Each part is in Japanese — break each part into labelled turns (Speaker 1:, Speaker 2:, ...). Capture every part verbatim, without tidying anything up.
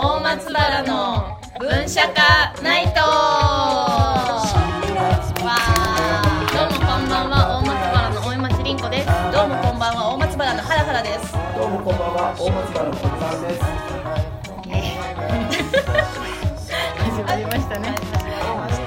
Speaker 1: 大松原の文社科ナイト。わー、どうもこんばんは、大松原の大井町凛子です。どうもこんばんは、大松原のハラハラです。
Speaker 2: どうもこんばんは、大松原の小さんです。
Speaker 1: 始まりましたね。始まりました。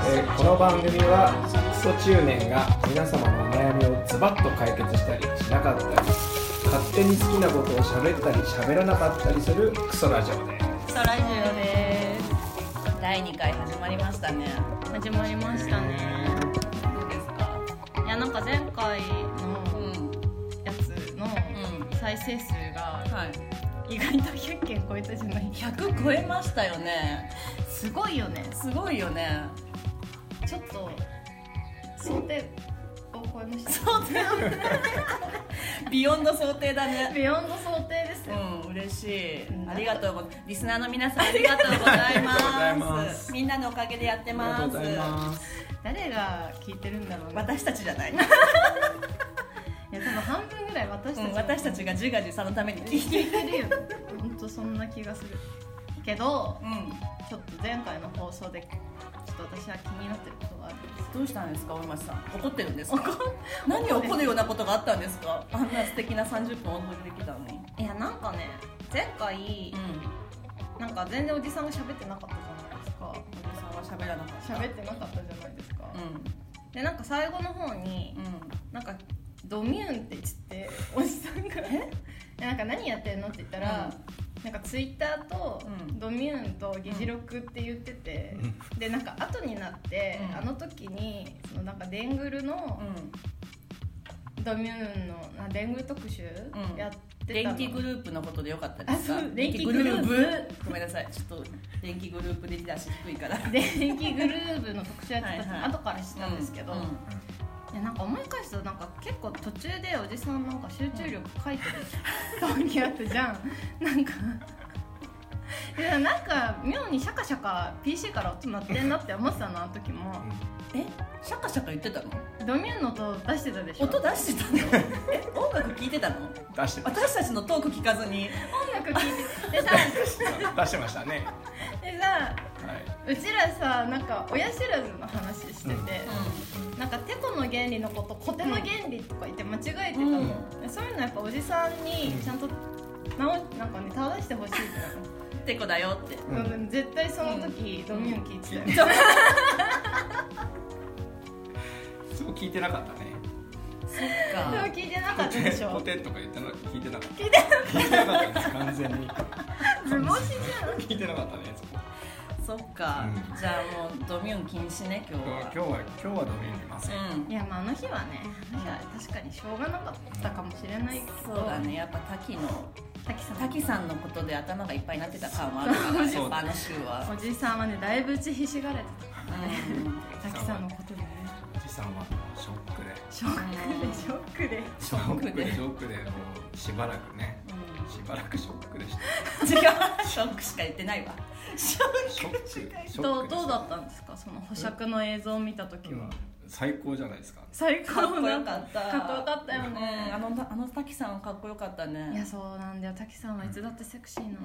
Speaker 2: えー、この番組はクソ中年が皆様のお悩みをズバッと解決したりしなかったり、勝手に好きなことを喋ったり喋らなかったりするクソラジオです。
Speaker 1: クソラジオです。
Speaker 3: だいにかい始まりましたね。
Speaker 1: 始まりましたね。
Speaker 3: どうですか？
Speaker 1: いや、なんか前回のやつの再生数が意外とひゃっけん超えたじゃない。
Speaker 3: ひゃく超えましたよね。
Speaker 1: すごいよね。
Speaker 3: すごいよね。
Speaker 1: ちょっと想定を超えました。
Speaker 3: 想定ビヨンド想定だね。
Speaker 1: ビヨンド想定ですよ。
Speaker 3: うん、嬉しい、うん、ありがとうごリスナーの皆さんありがとうございますみんなのおかげでやってます。
Speaker 2: ありがとうございます。
Speaker 1: 誰が聞いてるんだろうね。
Speaker 3: 私たちじゃないい
Speaker 1: や、多分半分ぐらい私たち、
Speaker 3: うん、私たちが自画自賛のために聞いて
Speaker 1: るよ。本当そんな気がするけど、
Speaker 3: うん、
Speaker 1: ちょっと前回の放送でちょっと私は気になってることがあるんです。
Speaker 3: どうしたんですか、大町さん。怒ってるんですか？何起こるようなことがあったんですか？あんな素敵なさんじゅっぷんお送りできたのに。
Speaker 1: いや、なんかね、前回、うん、なんか全然おじさんが喋ってなかったじゃないですか。
Speaker 3: おじさんは喋らなかった。
Speaker 1: 喋ってなかったじゃないですか、
Speaker 3: うん、
Speaker 1: で、なんか最後の方に、うん、なんかドミューンって言っておじさんがえなんか何やってんのって言ったら、うん、なんかツイッターとドミューンと議事録って言ってて、うん、でなんか後になって、うん、あの時にそのなんかデングルの、うん、ドミューンのデングル特集やってたの、
Speaker 3: 電気グループのことでよかったですか？
Speaker 1: 電気グループ
Speaker 3: ごめんなさい、ちょっと電気グループでリーダーシ低いから
Speaker 1: 電気グループの特集やってたの、はいはい、後から知ったんですけど、うんうん、いや、なんか思い返すとなんか結構途中でおじさんなんか集中力書いてる時あったじゃん。なんかいや、なんか妙にシャカシャカ ピーシー から音鳴ってんなって思ってたの、あの時も。
Speaker 3: え、シャカシャカ言ってたの？
Speaker 1: ドミューンの音出してたでしょ。
Speaker 3: 音出してたの？え、音楽聴いてたの？
Speaker 2: 出してました。
Speaker 3: 私たちのトーク聞かずに
Speaker 1: 音楽聴いてでさ
Speaker 2: 出してましたね。
Speaker 1: でさ、はい、うちらさ、なんか親知らずの話してて、うん、なんかテコの原理のことコテの原理とか言って間違えてたの、うん、そういうのやっぱおじさんにちゃんと直なんかね正してほしいってなの。
Speaker 3: テコだよって、
Speaker 1: うん、絶対その時、うん、ドミューン聞いてたよ、うん、
Speaker 2: そう聞いてなかったね。
Speaker 3: そっか。
Speaker 1: でも聞いてなかったでしょ。
Speaker 2: コテとか言ってな聞いてなかった。
Speaker 1: 聞いてなかった
Speaker 2: です完全に
Speaker 1: 図星じゃん。
Speaker 2: 聞いてなかったね、そこ。
Speaker 3: そっか、うん、じゃあもうドミューン禁止ね、今日は。
Speaker 2: 今日は今日はドミューンいません、
Speaker 1: うん、いや、まああの日はね、あの日は確かにしょうがなかったかもしれないけど、
Speaker 3: そうだね、やっぱ滝の
Speaker 1: 滝さん
Speaker 3: 滝さんのことで頭がいっぱいになってた感はあるからね、やっぱあの週は。
Speaker 1: おじさんはね、だいぶ打ちひしがれてたからね、うん、滝さんのことでね。
Speaker 2: おじさんはショックで
Speaker 1: ショックで
Speaker 2: ショックでショックでショックでもうしばらくね、うん、しばらくショックでした。
Speaker 3: 違う、ショックしか言ってないわ。ショックショック
Speaker 1: どう、どうだったんですか、その保釈の映像を見たときは。
Speaker 2: 最高じゃないですか。
Speaker 1: 最高、
Speaker 3: かっこよかった。
Speaker 1: かっこよかったよね、
Speaker 3: うん、あのあの滝さんかっこよかったね。
Speaker 1: いや、そうなんだよ、滝さんはいつだってセクシーなの、うん、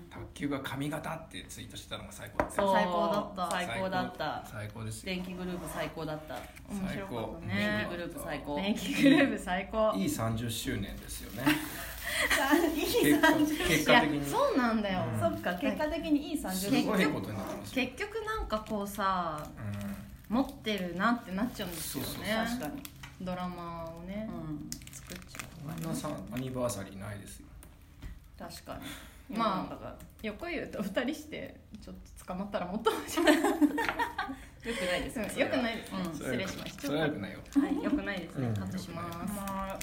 Speaker 2: 卓球が髪型ってツイートしてたのが最高だった。
Speaker 1: 最高だった。
Speaker 3: 最高だった。
Speaker 2: 最高ですよ。
Speaker 3: 電気グループ最高だった。
Speaker 1: 面白かったね。
Speaker 3: 電気グループ最高。
Speaker 1: 電気グループ最高。
Speaker 2: いいさんじゅっしゅうねんですよね。
Speaker 3: いいさんじゅっしゅうねん。
Speaker 2: 結果的に。
Speaker 1: そうなんだよ、
Speaker 3: うん、そっか、結果的にいいさんじゅっしゅうねん。
Speaker 2: すごいことになってますよ。
Speaker 1: 結局なんかこうさ、うん、持ってるなってなっちゃうんですよね。
Speaker 3: そうそう、確かに
Speaker 1: ドラマをね、うん、作っちゃう。
Speaker 2: こんなさアニバーサリーないですよ。
Speaker 3: 確かに。
Speaker 1: まあ横言うとふたりしてちょっと捕まったらもっと面白い。
Speaker 3: よくないですね。
Speaker 1: よくないですね、うん、失礼しました。
Speaker 2: それはよくないよ。
Speaker 1: はい、よくないですね、うん、カットします。はい、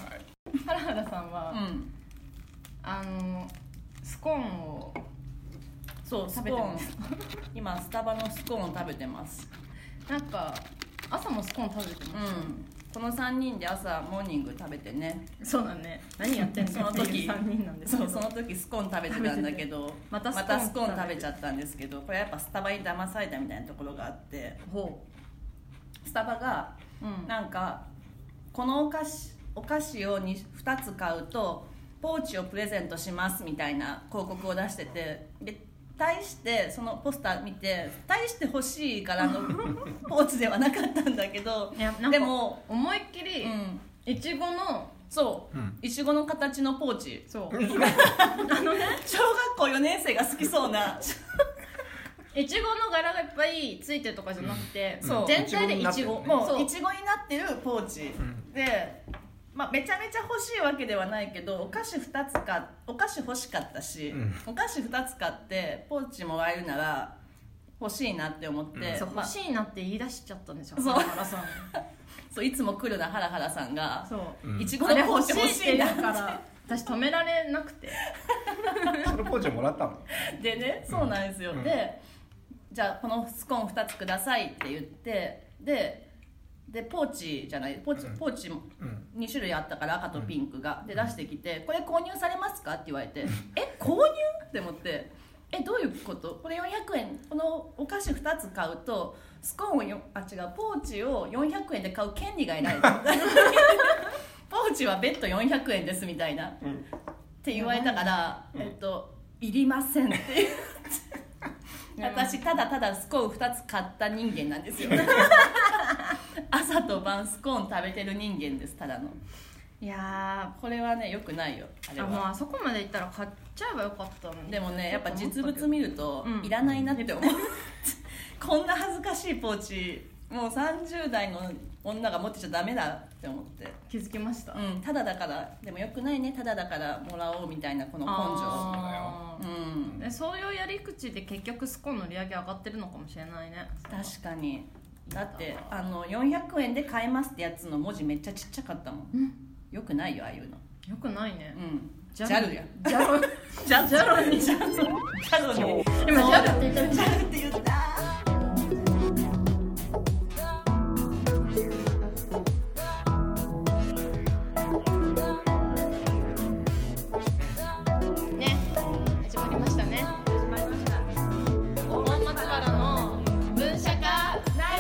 Speaker 1: ハラハラさんは、うん、あのスコーンを
Speaker 3: そう食べてます。今スタバのスコーンを食べてます。
Speaker 1: なんか朝もスコーン食べてます、
Speaker 3: うん、このさんにんで朝モーニング食べてね。
Speaker 1: そうだね、何やってんのっていうさんにんなんですけど、
Speaker 3: そう、その時スコーン食べてたんだけどまたスコーン食べちゃったんですけど、これやっぱスタバに騙されたみたいなところがあって、ほうスタバが、うん、なんかこのお菓子お菓子をにふたつ買うとポーチをプレゼントしますみたいな広告を出してて、で対してそのポスター見て対して欲しいからのポーチではなかったんだけど、
Speaker 1: いやなんか
Speaker 3: でも
Speaker 1: 思いっきりいちごの
Speaker 3: そういちごの形のポーチ、
Speaker 1: そう
Speaker 3: あのね小学校よねん生が好きそうない
Speaker 1: ちごの柄がいっぱいついてるとかじゃなくて、
Speaker 3: うん、
Speaker 1: 全体でいちご、
Speaker 3: もういちごになってるポーチ、うん、で、まあ、めちゃめちゃ欲しいわけではないけどお菓子ふたつかお菓子欲しかったし、うん、お菓子ふたつ買ってポーチもらえるなら欲しいなって思って、うん
Speaker 1: そう欲しいなって言い出しちゃったんですよ、
Speaker 3: そう
Speaker 1: ハラハラさん
Speaker 3: そういつも来るなハラハラさんが
Speaker 1: そう
Speaker 3: いちごのポーチ欲しいなって
Speaker 1: から私止められなくて
Speaker 2: そのポーチをもらったの
Speaker 3: でね、そうなんですよ、うん、でじゃあこのスコーンふたつくださいって言ってででポーチじゃないポーチ、うん、ポーチもに種類あったから赤とピンクが、うん、で出してきてこれ購入されますかって言われてえ購入って思ってえどういうことこれよんひゃくえんこのお菓子ふたつ買うとスコーンをよあ違うポーチをよんひゃくえんで買う権利が得られるポーチは別途よんひゃくえんですみたいな、うん、って言われたから、うん、えっといりませんって言って私ただただスコーンふたつ買った人間なんですよ朝と晩スコーン食べてる人間ですただの。いやーこれはね良くないよあれは。
Speaker 1: あもうあそこまで行ったら買っちゃえばよかったのに。
Speaker 3: でもねやっぱ実物見るといらないなって思う、うん、こんな恥ずかしいポーチもうさんじゅう代の女が持ってちゃダメだって思って
Speaker 1: 気づきました、
Speaker 3: うん、ただだからでもよくないねただだからもらおうみたいなこの根性。
Speaker 1: あうん、でそういうやり口で結局スコーンの売り上げ上がってるのかもしれないね。
Speaker 3: 確かにだってあのよんひゃくえんで買えますってやつの文字めっちゃちっちゃかったもん、うん、よくないよああいうの。
Speaker 1: よくないね。
Speaker 3: うんジャルや
Speaker 1: ジャロジャジャロにジャロに今ジャルって言ったジャルって言ったね始まりましたね始まりました大松原の文社化ナイ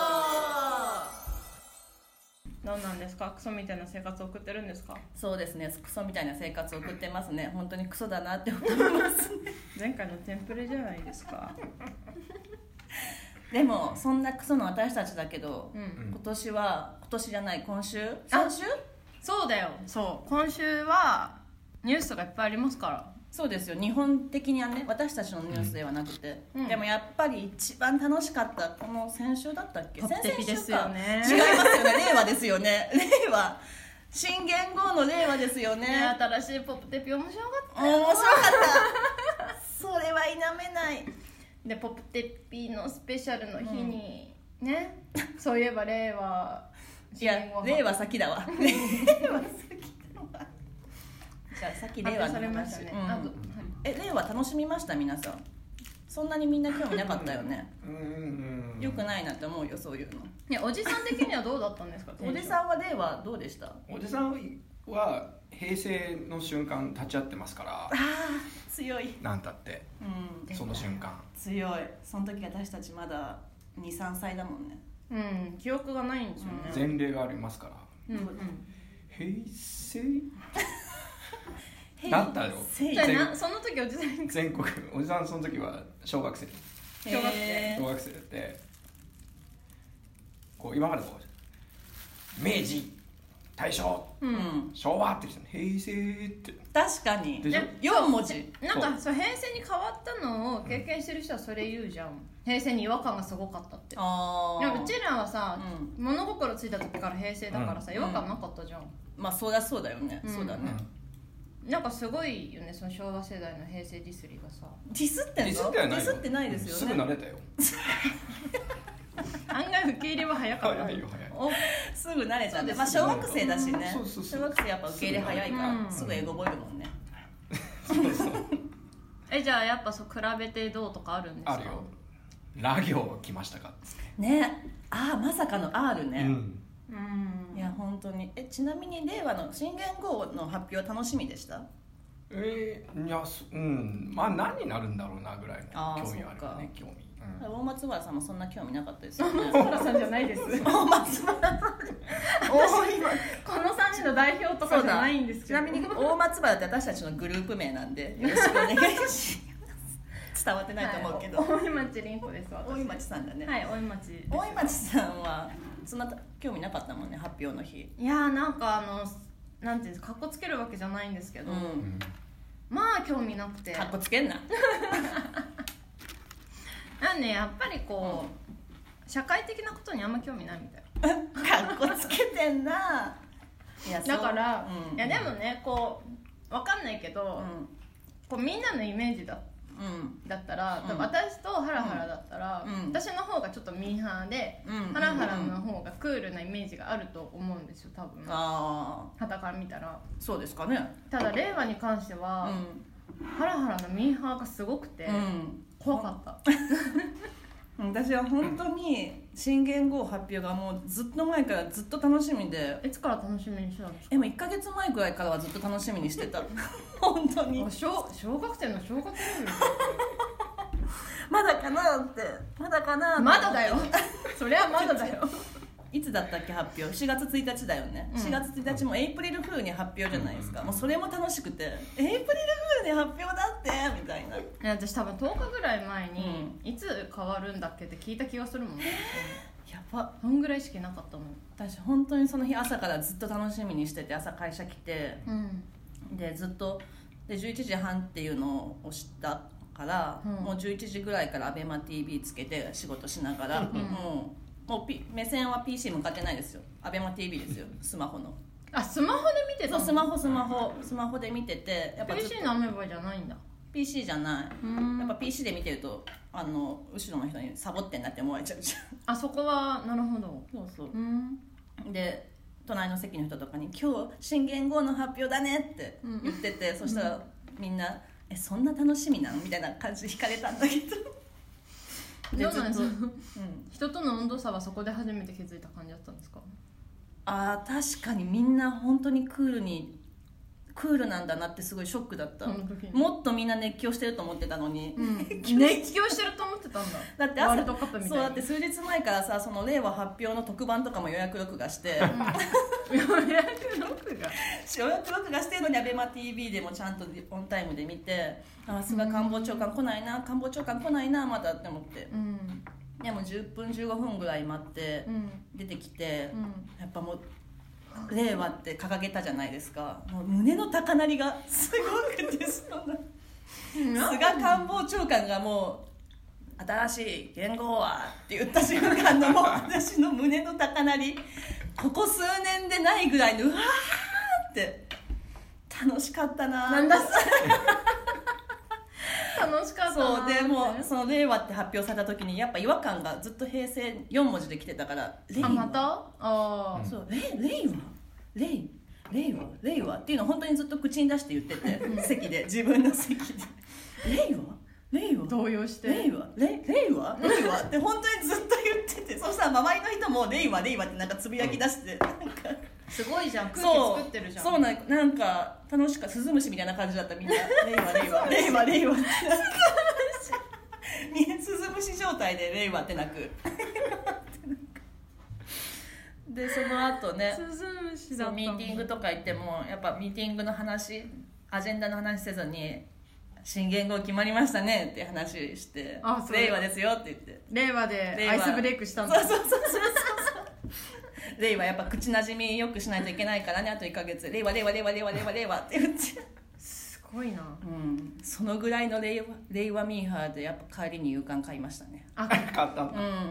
Speaker 1: ト。どうなんですかクソみたいな生活を送ってるんですか。
Speaker 3: そうですねクソみたいな生活を送ってますね本当にクソだなって思いますね
Speaker 1: 前回のテンプレじゃないですか
Speaker 3: でもそんなクソの私たちだけど、うん、今年は今年じゃない今週先週
Speaker 1: そうだよそう今週はニュースがいっぱいありますから。
Speaker 3: そうですよ日本的にはね私たちのニュースではなくて、うん、でもやっぱり一番楽しかったこの先週だったっけ
Speaker 1: ポッテピですよね。
Speaker 3: 違いますよね令和ですよね令和新元号の令和ですよね。ね
Speaker 1: 新しいポップテピ面白かった
Speaker 3: 面白かったそれは否めない
Speaker 1: でポップテピのスペシャルの日に、うん、ねそういえば令和
Speaker 3: いや令和先だわ令和先だわじゃあさっき令和の話、ねうん、え令和楽しみました皆さん。そんなにみんな興味なかったよねうんよくないなって思うよそういうの。
Speaker 1: いやおじさん的にはどうだったんですか
Speaker 3: おじさんは令和どうでした。
Speaker 2: おじさんは平成の瞬間立ち会ってますからあ
Speaker 3: 強い
Speaker 2: なんたって、うん、その瞬間
Speaker 3: 強い。その時私たちまだ にさんさいだもんね。
Speaker 1: うん記憶がないんですよね、
Speaker 2: うん、前例がありますから、うんうん、平成だったよ。
Speaker 1: その時おじさん
Speaker 2: 全国おじさんその時は小学生
Speaker 1: 小学生
Speaker 2: 小学生でこう今までこう明治大正、うん、昭和ってきたの平成って
Speaker 3: 確かによん文字
Speaker 1: なんかそう平成に変わったのを経験してる人はそれ言うじゃん、うん、平成に違和感がすごかったって。あでもうちらはさ、うん、物心ついた時から平成だからさ、うん、違和感なかったじゃん、うん、
Speaker 3: まあそうだそうだよね、うん、そうだね、
Speaker 1: うん、なんかすごいよねその昭和世代の平成ディスリがさ。
Speaker 3: ディスってんの？ディスってないですよね。
Speaker 2: すぐ慣れたよ
Speaker 1: 案外受け入れは早かった。
Speaker 2: 早いよ早い。
Speaker 3: すぐ慣れちゃって、まあ小学生だしね。そうそうそう小学生やっぱ受け入れ早いから、うん、すぐ英語覚えるもんね。
Speaker 2: そうそう。
Speaker 1: えじゃあやっぱそう比べてどうとかあるんですか？
Speaker 2: あるよ。ラ行来ましたか？
Speaker 3: ね。ああまさかの R ね。
Speaker 2: うん
Speaker 3: うん、いや本当にえちなみに令和の新元号の発表は楽しみでした？
Speaker 2: えー、いやうんまあ何になるんだろうなぐらいの興味あるよね。興味、
Speaker 3: うん、大松原さんもそんな興味なかったですよね。
Speaker 1: 大松原さんじゃないです。大松原さんこのさん会の代表とかじゃないんですけど。
Speaker 3: ちなみに大松原って私たちのグループ名なんでよろしくお願いします伝わってないと思うけど、
Speaker 1: はい、大井町凛子です。
Speaker 3: 大井町さんだね。
Speaker 1: はい、大井町です。
Speaker 3: 大井町さんはそんな興味なかったもんね、発表の日。
Speaker 1: いやーなんかあのなんていうんですか、かっこつけるわけじゃないんですけど、うん、まあ興味なくて。
Speaker 3: かっこつけんな
Speaker 1: なんでやっぱりこう、うん、社会的なことにあんま興味ないみたい
Speaker 3: なかっこつけてんな。
Speaker 1: いやだから、うん、いやでもねこうわかんないけど、うん、こうみんなのイメージだうん、だったら、うん、私とハラハラだったら、うん、私の方がちょっとミーハーで、うん、ハラハラの方がクールなイメージがあると思うんですよ多分。あ傍から見たら
Speaker 3: そうですかね。
Speaker 1: ただ令和に関しては、うん、ハラハラのミーハーがすごくて、うん、怖かった
Speaker 3: 私は本当に新元号発表がもうずっと前からずっと楽しみで。
Speaker 1: いつから楽しみにしてたんですか？
Speaker 3: えもういっかげつまえぐらいからはずっと楽しみにしてた本当に
Speaker 1: 小, 小学生の小学生
Speaker 3: まだかなってまだかな
Speaker 1: まだだよそれはまだだよ
Speaker 3: いつだったっけ発表？しがつついたちだよね、うん、しがつついたちもエイプリルフールに発表じゃないですか。もうそれも楽しくてエイプリルフールに発表だってみたいな。
Speaker 1: 私多分とおかぐらい前に、うん、いつ変わるんだっけって聞いた気がするもんね。
Speaker 3: やば
Speaker 1: そんぐらいしかなかったもん。
Speaker 3: 私本当にその日朝からずっと楽しみにしてて、朝会社来て、うん、でずっとでじゅういちじはんっていうのを押したから、うん、もうじゅういちじぐらいからアベマ ティービー つけて仕事しながら、うん、もうもう、P、目線は ピーシー 向かってないですよ。アベマ ティービー ですよ、スマホの。
Speaker 1: あ、スマホで見てたの？
Speaker 3: そう、スマホスマホスマホで見てて、
Speaker 1: やっぱ ピーシー のアメバじゃないんだ。
Speaker 3: ピーシー じゃない。やっぱ ピーシー で見てるとあの後ろの人にサボってんなって思われちゃうじ
Speaker 1: ゃん。あそこはなるほど。
Speaker 3: そうそう。うんで隣の席の人とかに今日新元号の発表だねって言ってて、うん、そしたらみんなえそんな楽しみなのみたいな感じで惹かれたんだけど。
Speaker 1: どうなんですか、うん、人との温度差はそこで初めて気づいた感じだったんですか？
Speaker 3: あー確かにみんな本当にクールにクールなんだなってすごいショックだった。もっとみんな熱狂してると思ってたのに、うん、
Speaker 1: 熱狂してると思ってたんだ
Speaker 3: だって朝ワールドカップみたいな。そうだって数日前からさその令和発表の特番とかも予約録画して、
Speaker 1: うん、予約録画
Speaker 3: 予約録画してるのにアベマ ティービー でもちゃんとオンタイムで見て、あすが官房長官来ないな官房長官来ないなまだって思って、うん、でもじゅっぷんじゅうごふんぐらい待って出てきて、うん、やっぱもう令和って掲げたじゃないですか。もう胸の高鳴りがすごくてそんな菅官房長官がもう新しい元号はって言った瞬間のもう私の胸の高鳴りここ数年でないぐらいのうわーって楽しかったな。
Speaker 1: なんだそれ楽しかったな。
Speaker 3: そうでもうその令和って発表された時にやっぱ違和感がずっと平成よん文字で来てたから令和
Speaker 1: あまたあ
Speaker 3: そう令和令令和令和っていうのを本当にずっと口に出して言ってて席で自分の席で令和令和
Speaker 1: 動揺して
Speaker 3: 令和令和令和って本当にずっと言ってて、そしたら周りの人も令和令和ってなんかつぶやき出して、うん、なんか
Speaker 1: すごいじゃん、空気作ってるじゃん。
Speaker 3: そう、そうな、なんか楽しかスズムシみたいな感じだったみんな令和令和令和令和ってスズムシ状態で令和ってなくでその後ね
Speaker 1: スズムシだった
Speaker 3: ミーティングとか行ってもやっぱミーティングの話アジェンダの話せずに新元号決まりましたねって話して令和ですよって言って
Speaker 1: 令和でアイスブレイクしたんだ。
Speaker 3: そうそうそうそうそう令和やっぱ口なじみよくしないといけないからね、あといっかげつ令和令和令和令和令和令和って言って
Speaker 1: すごいな、
Speaker 3: うん、そのぐらいの令和令和ミーハーでやっぱ帰りに夕刊買いましたね。
Speaker 2: あ買ったんだ、
Speaker 3: うん、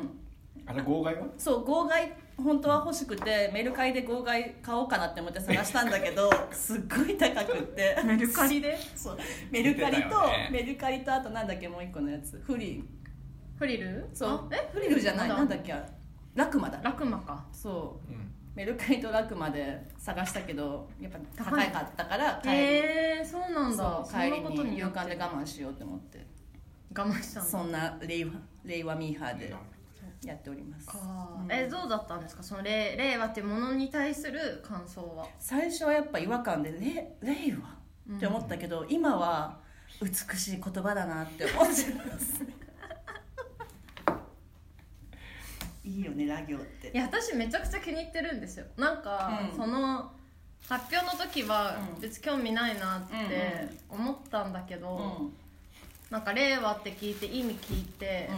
Speaker 2: あれ号外は
Speaker 3: そう号外本当は欲しくてメルカリで号外買おうかなって思って探したんだけどすっごい高くって
Speaker 1: メルカリで
Speaker 3: そうメルカリと、ね、メルカリとあとなんだっけもう一個のやつフリ
Speaker 1: フリル
Speaker 3: そうえフリルじゃないなんだっけラクマだ
Speaker 1: ラクマか
Speaker 3: そう、うん、メルカリとラクマで探したけどやっぱ高かったから帰り
Speaker 1: へえー、そうなんだ。
Speaker 3: そう帰りに夕刊で我慢しようって思って
Speaker 1: 我慢したんだ。
Speaker 3: そんな令和令和ミーハーでやっておりますか、
Speaker 1: うん、えどうだったんですかその 令, 令和っていうものに対する感想は。
Speaker 3: 最初はやっぱ違和感で令和って思ったけど、うん、今は美しい言葉だなって思ってますいいよねラ行って。
Speaker 1: いや私めちゃくちゃ気に入ってるんですよ。なんか、うん、その発表の時は別に興味ないなって思ったんだけど、うん、なんか令和って聞いて意味聞いて、うん、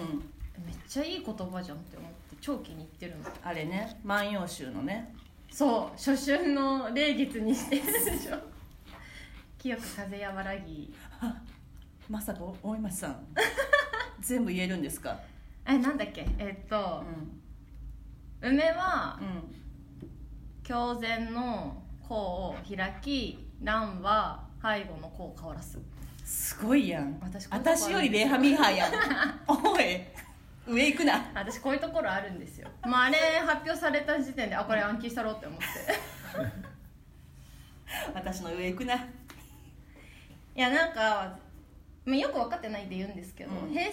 Speaker 1: めっちゃいい言葉じゃんって思って超気に入ってるの。
Speaker 3: あれね、万葉集のね、
Speaker 1: そう初春の礼月にしてるでしょ清く風和らぎ
Speaker 3: まさか大今さん全部言えるんですか？
Speaker 1: え、なんだっけ、えっと、うん、梅は、うん、狂前の項を開き、蘭は背後の項を変わらす。
Speaker 3: すごいやん。 私, 私よりレーハミーハーやんおい上行くな。
Speaker 1: 私こういうところあるんですよ。まあ、あれ発表された時点であこれ暗記したろうって思って
Speaker 3: 私の上行くな。い
Speaker 1: やなんかよく分かってないで言うんですけど、うん、平成って、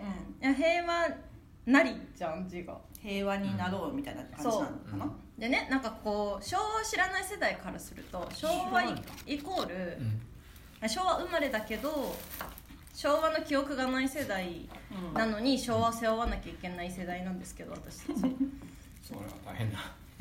Speaker 1: うん、いや平和なりじゃん字が。
Speaker 3: 平和になろうみたいな感じなのかな、うん、
Speaker 1: でね、なんかこう昭和を知らない世代からすると昭和イコール、うん、昭和生まれだけど昭和の記憶がない世代なのに、うん、昭和を背負わなきゃいけない世代なんですけど私たちそれは
Speaker 2: 大変だ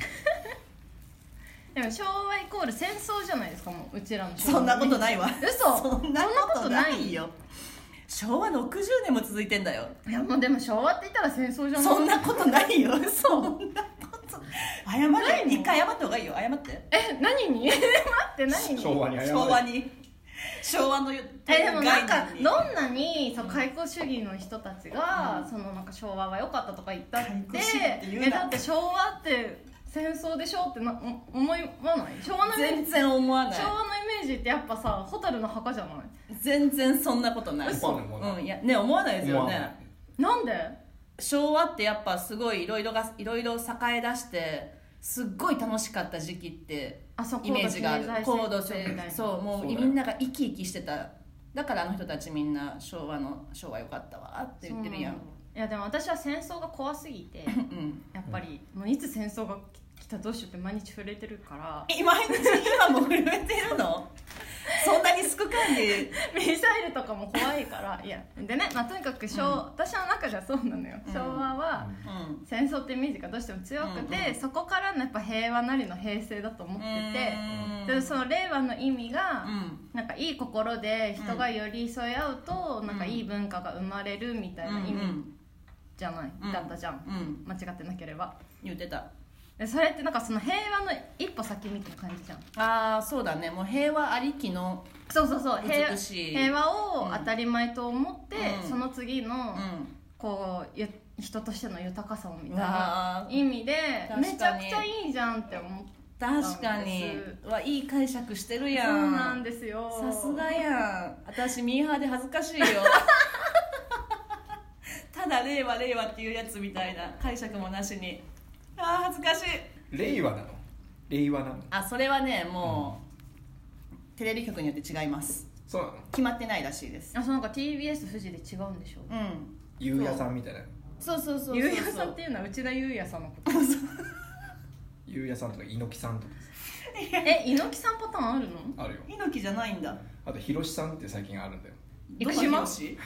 Speaker 1: でも昭和イコール戦争じゃないですか。もううちらの
Speaker 3: 昭和。そんなことないわ。
Speaker 1: 嘘。そんなことないよ。
Speaker 3: 昭和ろくじゅうねんも続いてんだよ。
Speaker 1: いやもうでも昭和って言ったら戦争じゃない。
Speaker 3: そんなことないよ。そんなこと謝って一回謝った方がいいよ。謝って。
Speaker 1: え、何に待って何に
Speaker 2: 昭和に謝る。
Speaker 3: 昭和に昭和のえ
Speaker 1: でもなんかどんなにそう開国主義の人たちが、うん、そのなんか昭和は良かったとか言ったってえだって昭和って戦争でしょってな思わない？昭和の
Speaker 3: 全然思わない。
Speaker 1: 昭和のイメージってやっぱさ蛍の墓じゃない？
Speaker 3: 全然そんなことない。
Speaker 1: 嘘。
Speaker 3: うん、いやね思わないですよね。
Speaker 1: なんで？
Speaker 3: 昭和ってやっぱすごいいろいろがいろいろ栄え出してすっごい楽しかった時期ってイメージがある。高度経済そうもうみんなが生き生きしてた。だからあの人たちみんな昭和の昭和良かったわって言ってるやん。
Speaker 1: いやでも私は戦争が怖すぎて、うん、やっぱりもういつ戦争が来たらどうしようって毎日震えてるから。
Speaker 3: 毎日今も震えてるの？そんなにすくかんで
Speaker 1: ミサイルとかも怖いから。いやでね、まあ、とにかく昭、うん、私の中ではそうなのよ、うん、昭和は戦争ってイメージがどうしても強くて、うん、そこからのやっぱ平和なりの平成だと思ってて、うん、でその令和の意味が、うん、なんかいい心で人が寄り添い合うと、うん、なんかいい文化が生まれるみたいな意味じゃない、うん、だったじゃん、うん、間違ってなければ
Speaker 3: 言ってた。
Speaker 1: でそれってなんかその平和の一歩先みたいな感じじゃん。
Speaker 3: ああそうだね、もう平和ありきの
Speaker 1: そうそうそう美しい 平, 平和を当たり前と思って、うん、その次の、うん、こう人としての豊かさをみたいな意味でめちゃくちゃいいじゃんって思ったんです。
Speaker 3: 確かにわいい解釈してるやん。
Speaker 1: そうなんですよ。
Speaker 3: さすがやん。私ミーハーで恥ずかしいよただ令和令和っていうやつみたいな解釈もなしに。あー恥ずかしい。
Speaker 2: 令和なの？令和なの？
Speaker 3: あそれはねもう、うん、テレビ局によって違います。
Speaker 2: そうなの？
Speaker 3: 決まってないらしいです。
Speaker 1: あそうなんか ティービーエス 富士で違うんでしょ。うん。
Speaker 2: ゆうやさんみたいな。
Speaker 3: そうそうそうそう。
Speaker 1: ゆうやさんっていうのは内田ゆうやさんのこと
Speaker 2: ゆうやさんとか猪木さんとか
Speaker 1: え猪木さんパターンあるの？
Speaker 2: あるよ。
Speaker 3: 猪木じゃないんだ。
Speaker 2: あとひろしさんって最近あるんだよ。
Speaker 1: 生島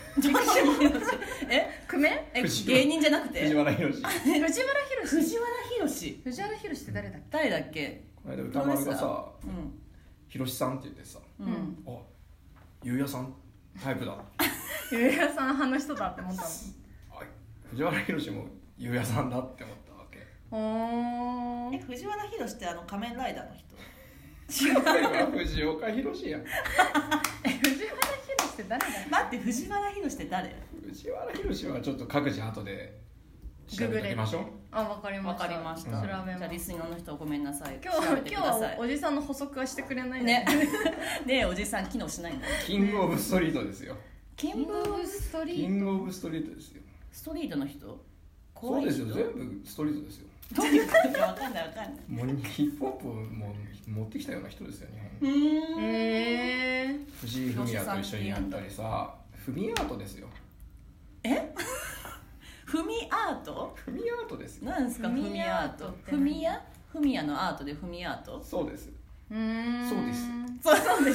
Speaker 1: え久米
Speaker 3: え芸人じゃなくて
Speaker 2: 藤原宏
Speaker 1: 藤原宏
Speaker 3: 藤原宏
Speaker 1: 藤原宏って誰だっけ？
Speaker 3: 誰だっけ？
Speaker 2: この間歌丸がさ宏さんって言ってさ、うん、あゆうやさんタイプだ
Speaker 1: ゆうやさん派の人だって思ったの。
Speaker 2: 藤原宏もゆうやさんだって思ったわけ。
Speaker 3: おーえ藤原宏ってあの仮面ライダーの人？
Speaker 2: 違うわ藤岡弘やん
Speaker 1: え藤原宏って誰だっけ？
Speaker 3: 待って藤原宏って誰？
Speaker 2: 藤原宏はちょっと各自後で調べておきましょう。
Speaker 1: あ、わかりました。
Speaker 3: わかりました。うん、じゃあリスナーの人ごめんなさい。
Speaker 1: 今日今日はおじさんの補足はしてくれない
Speaker 3: ね。ねえおじさん機能しないんだ。
Speaker 2: キングオブストリートですよ。
Speaker 3: キングオブストリート。
Speaker 2: キングオブストリートですよ。
Speaker 3: ストリートの人？
Speaker 2: そうですよ。全部ストリートですよ。
Speaker 3: どういうことかわかんないわかんない。
Speaker 2: もうヒップホップをもう持ってきたような人ですよね。
Speaker 3: うーん。
Speaker 1: へえ。
Speaker 2: 藤井フミヤと一緒にやったりさ、フミアートですよ。
Speaker 3: え？フミアート？
Speaker 2: フミアートですよ。
Speaker 3: なんですかフミアート？フミヤ？フミヤのアートでフミアート？
Speaker 2: そうです。
Speaker 1: うーん。
Speaker 2: そうです。
Speaker 1: そうです。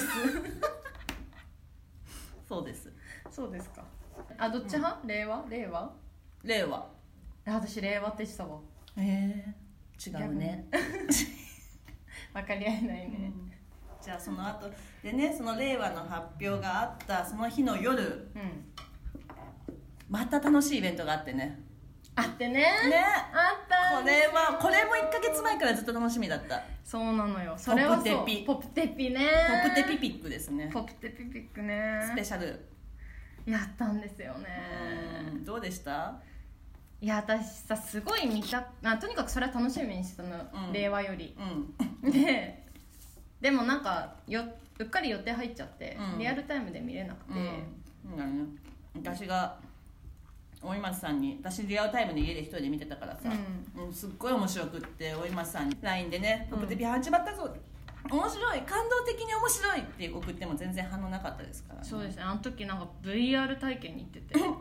Speaker 3: そうです。
Speaker 1: そうですか。あ、どっち派？令和？令和？
Speaker 3: 令和。
Speaker 1: 私令和って言ってたわ。
Speaker 3: えー、違うね
Speaker 1: 分かり合えないね、
Speaker 3: うん、じゃあその後でね、その令和の発表があったその日の夜、うん、また楽しいイベントがあってね
Speaker 1: あってね
Speaker 3: ね
Speaker 1: あった
Speaker 3: これはこれもいっかげつまえからずっと楽しみだった。
Speaker 1: そうなのよ。それはそう
Speaker 3: ポプテピ
Speaker 1: ポプテピね
Speaker 3: ポプテピピックですね。
Speaker 1: ポプテピピックね
Speaker 3: スペシャル
Speaker 1: やったんですよね。
Speaker 3: うんどうでした？
Speaker 1: いや私さすごい見たあとにかくそれは楽しみにしてたの、うん、令和より、うん、ででもなんかようっかり予定入っちゃって、うん、リアルタイムで見れなくて、
Speaker 3: うん、私が大井松さんに私リアルタイムで家で一人で見てたからさ、うんうん、すっごい面白くって大井松さんに ライン でね「ポプテピ始まったぞ」面白い感動的に面白いって送っても全然反応なかったですからね。
Speaker 1: そうですね、あの時なんか ブイアール 体験に行ってて、うん、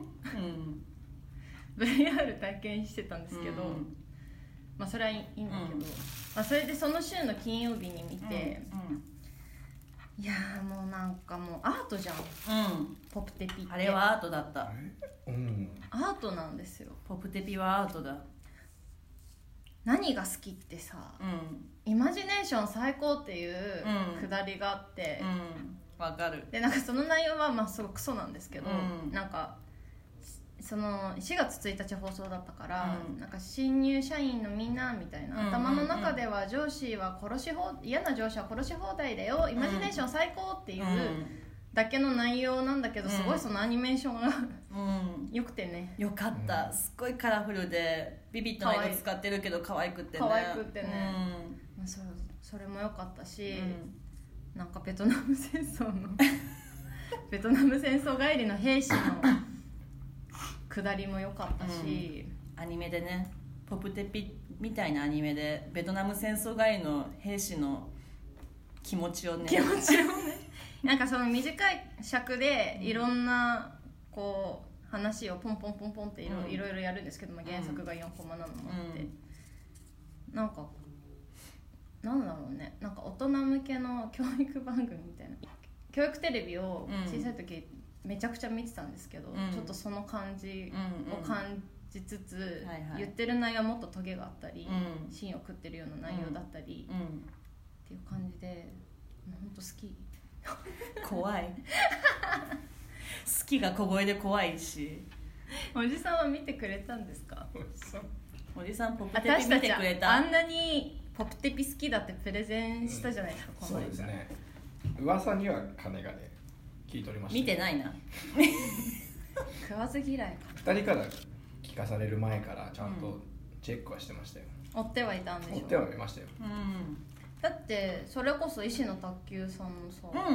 Speaker 1: ブイアール 体験してたんですけど、うん、まあそれはいいんだけど、うんまあ、それでその週の金曜日に見て、うんうんいやーもうなんかもうアートじゃん、うん、ポプテピって
Speaker 3: あれはアートだった、
Speaker 1: うん、アートなんですよ。
Speaker 3: ポプテピはアートだ。
Speaker 1: 何が好きってさ、うん、イマジネーション最高っていうくだりがあって
Speaker 3: わ、うんうん、かる。
Speaker 1: でなんかその内容はまあすごくクソなんですけど、うん、なんかそのしがつついたち放送だったから、うん、なんか新入社員のみんなみたいな、うん、頭の中では上司は殺し放嫌な上司は殺し放題だよ、イマジネーション最高っていうだけの内容なんだけど、すごいそのアニメーションが、うん、よくてね
Speaker 3: よかった。すっごいカラフルでビビッドな色使ってるけど可愛くってね
Speaker 1: 可愛くってね、うんまあ、そ, それもよかったし、うん、なんかベトナム戦争のベトナム戦争帰りの兵士の下りも良かったし、
Speaker 3: うん、アニメでねポプテピみたいなアニメでベトナム戦争帰りの兵士の気持ちをね
Speaker 1: 気持ちをねなんかその短い尺でいろんなこう話をポンポンポンポンっていろ,、うん、いろいろやるんですけども、原作がよんコマなのもあって、うん、なんかなんだろうね、なんか大人向けの教育番組みたいな、教育テレビを小さい時、うん、めちゃくちゃ見てたんですけど、うん、ちょっとその感じを感じつつ、うんうん、言ってる内容はもっとトゲがあったり、うん、芯を食ってるような内容だったり、うんうん、っていう感じで本当好き
Speaker 3: 怖い好きが小声で怖いし。
Speaker 1: おじさんは見てくれたんですか？
Speaker 3: おじさんポプテピ見てくれた。
Speaker 1: あんなにポプテピ好きだってプレゼンしたじゃないですか、
Speaker 2: うん、この間。そうですね、噂には金がね聞いておりました。
Speaker 3: 見てないな
Speaker 1: 食わず嫌いか。
Speaker 2: ふたりから聞かされる前からちゃんとチェックはしてましたよ、
Speaker 1: うん、追ってはいたんでしょ。
Speaker 2: 追っては見ましたよ、
Speaker 1: うんだってそれこそ医師の卓球さんのさ、うん、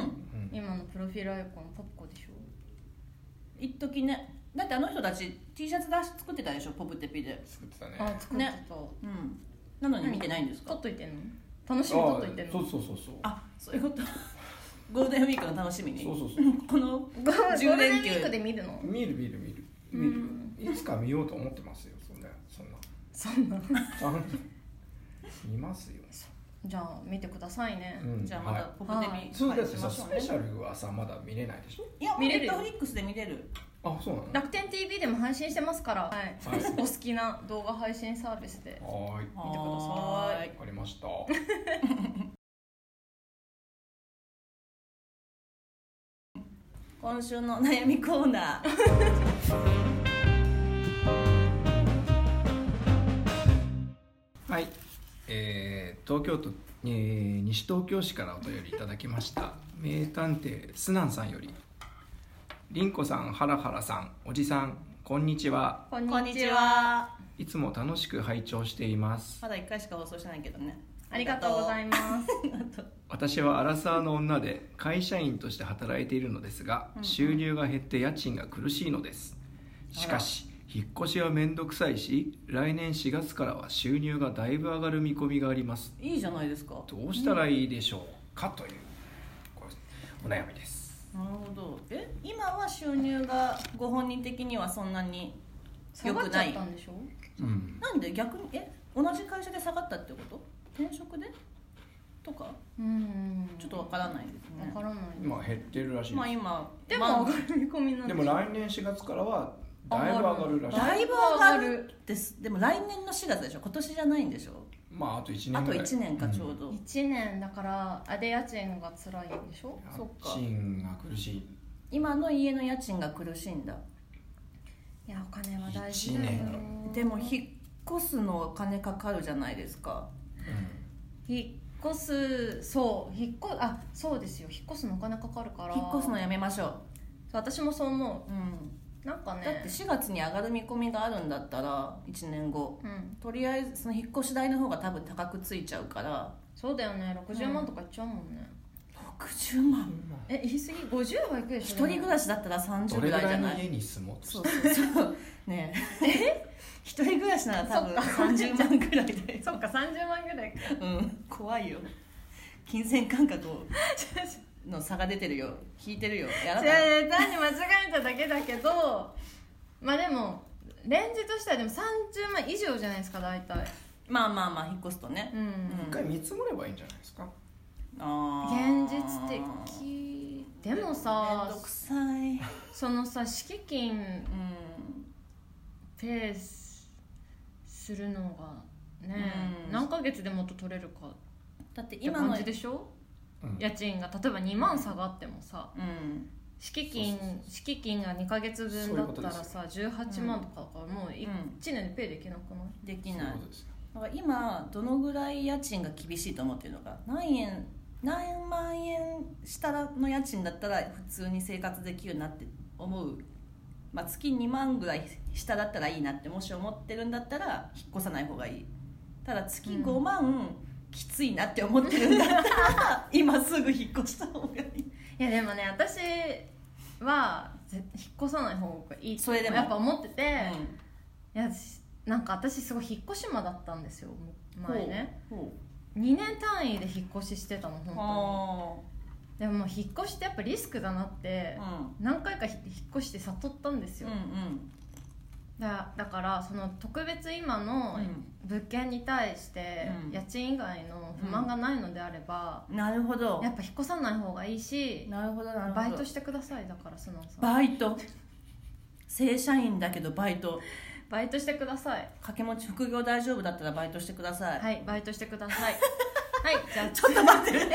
Speaker 1: 今のプロフィールアイコンポッコでしょ。
Speaker 3: 一時ね、だってあの人たち T シャツ出し作ってたでしょ、ポプテピで。
Speaker 2: 作ってたね。
Speaker 1: あ作ってた、ね、
Speaker 3: うんなのに見てないんですか？
Speaker 1: 撮っといてんの？楽しみ撮っといてんの？
Speaker 2: そうそうそうそう。
Speaker 3: あそういうことゴールデンウィークの楽しみに。
Speaker 2: そうそうそう
Speaker 3: この
Speaker 1: じゅう連休ゴールデンウィークで見るの？
Speaker 2: 見る見る見る見る、いつか見ようと思ってますよ。そんなそんな
Speaker 1: そんな
Speaker 2: 見ますよ。
Speaker 1: じゃあ見てくださいね、
Speaker 3: うん、じゃあまたポプテピ
Speaker 2: そうですさ、スペシャルはさまだ見れないでしょ。
Speaker 3: いや見れるよ、ネットフリックスで見れる。
Speaker 2: あそうなの。
Speaker 1: 楽天 ティーブイ でも配信してますから、はいはい、お好きな動画配信サービスで
Speaker 2: はい
Speaker 1: 見てください。
Speaker 2: わかりました
Speaker 3: 今週の悩みコーナー
Speaker 2: はい、えー、東京都、えー、西東京市からお便りいただきました名探偵スナンさんより、りんこさん、はらはらさん、おじさん、こんにちは。
Speaker 3: こんにちは。
Speaker 2: いつも楽しく拝聴しています。
Speaker 3: まだいっかいしか放送してないけどね。
Speaker 1: ありがとうございます
Speaker 2: 私はアラサーの女で会社員として働いているのですが、うんうん、収入が減って家賃が苦しいのです。しかし引っ越しはめんどくさいし、来年しがつからは収入がだいぶ上がる見込みがあります。
Speaker 3: いいじゃないですか。
Speaker 2: どうしたらいいでしょうか、うん、というお悩みです。
Speaker 3: なるほど。え今は収入がご本人的にはそんなに良くない。下がっちゃったんでしょ、うん、なんで逆にえ同じ会社で下がったってこと？転職でとかうんちょっとわからないですね。
Speaker 1: わからない。
Speaker 2: まあ減ってるらしいです。
Speaker 3: まあ今
Speaker 1: でも上がる見込みなんで。
Speaker 2: でも来年しがつからはだいぶ上がるらしい。
Speaker 3: だいぶ上がるです。でも来年のしがつでしょ、今年じゃないんでしょ。
Speaker 2: まああといちねんぐらい。
Speaker 3: あといちねんかちょうど、
Speaker 1: いちねんだからあれ家賃が辛いんでしょ。
Speaker 3: そっか、
Speaker 2: 家賃が苦しい。
Speaker 3: 今の家の家賃が苦しいんだ。
Speaker 1: いやお金は大事だよ。
Speaker 2: いちねん
Speaker 3: でも引っ越すのお金かかるじゃないですか。
Speaker 1: 引っ越す、そう引っ越あそうですよ、引っ越すのお金かかるから
Speaker 3: 引っ越すのやめましょう。
Speaker 1: そう私もそう思
Speaker 3: うん、
Speaker 1: う。なんかね
Speaker 3: だってしがつに上がる見込みがあるんだったらいちねんご、
Speaker 1: うん、
Speaker 3: とりあえずその引っ越し代の方が多分高くついちゃうから。
Speaker 1: そうだよね、ろくじゅうまんとかいっちゃうもんね、
Speaker 3: ろくじゅうまん、
Speaker 1: え言い過ぎ、ごじゅうはいくでしょ。
Speaker 3: 一人暮らしだったらさんじゅうぐ
Speaker 2: どれぐらい
Speaker 3: らいじゃない。
Speaker 2: の家に住もうとして
Speaker 3: そうそうそうねえ一人暮らしなら多分さんじゅうまんぐらいで
Speaker 1: そっかさんじゅうまんぐらいか。
Speaker 3: うん怖いよ。金銭感覚の差が出てるよ、引いてるよ。やらない
Speaker 1: 違う違う、単に間違えただけだけど、まあでもレンジとしてはでもさんじゅうまん以上じゃないですか大体。
Speaker 3: まあまあまあ引っ越すとね、
Speaker 1: うん、
Speaker 2: 一回見積もればいいんじゃないですか。
Speaker 3: あー
Speaker 1: 現実的でもさ、
Speaker 3: めんどくさい。
Speaker 1: そのさ敷金
Speaker 3: うん
Speaker 1: ペースするのがね、
Speaker 3: うん
Speaker 1: 何ヶ月でもっと取れるか
Speaker 3: だって
Speaker 1: って感
Speaker 3: 今の
Speaker 1: じでしょ、
Speaker 2: うん
Speaker 1: 家賃が例えばにまん下がってもさ、
Speaker 3: うん
Speaker 1: 敷金敷金がにかげつぶんだったらさじゅうはちまんとかだからもういちねんでペイできなくない？
Speaker 3: でき
Speaker 2: そうい
Speaker 3: ない。
Speaker 2: うことですよ。
Speaker 3: だから今どのぐらい家賃が厳しいと思ってるのか。何円何万円下の家賃だったら普通に生活できるようになって思う、まあ、月にまんぐらい下だったらいいなってもし思ってるんだったら引っ越さない方がいい。ただ月ごまんきついなって思ってるんだったら今すぐ引っ越した方がいい。
Speaker 1: いやでもね私はぜ引っ越さない方がいいって
Speaker 3: それでも
Speaker 1: やっぱ思ってて、
Speaker 3: うん
Speaker 1: いやしなんか私すごい引っ越し魔だったんですよ前ね。
Speaker 3: ほ
Speaker 1: にねん単位で引っ越ししてたの
Speaker 3: う
Speaker 1: 本
Speaker 3: ほ
Speaker 1: 当に。でももう引っ越しってやっぱリスクだなって
Speaker 3: ううん
Speaker 1: 何回か引っ越して悟ったんですよ、
Speaker 3: うん
Speaker 1: だ, だからその特別今の
Speaker 3: うん
Speaker 1: 物件に対して
Speaker 3: うん
Speaker 1: 家賃以外の不満がないのであれば、
Speaker 3: なるほど
Speaker 1: やっぱ引っ越さない方がいいし、
Speaker 3: なるほどなるほど。
Speaker 1: バイトしてください。だからそのさ
Speaker 3: バイト正社員だけどバイト
Speaker 1: バイトしてください。
Speaker 3: 掛け持ち副業大丈夫だったらバイトしてください。
Speaker 1: はいバイトしてくださいはいじゃあ
Speaker 3: ちょっと待ってえ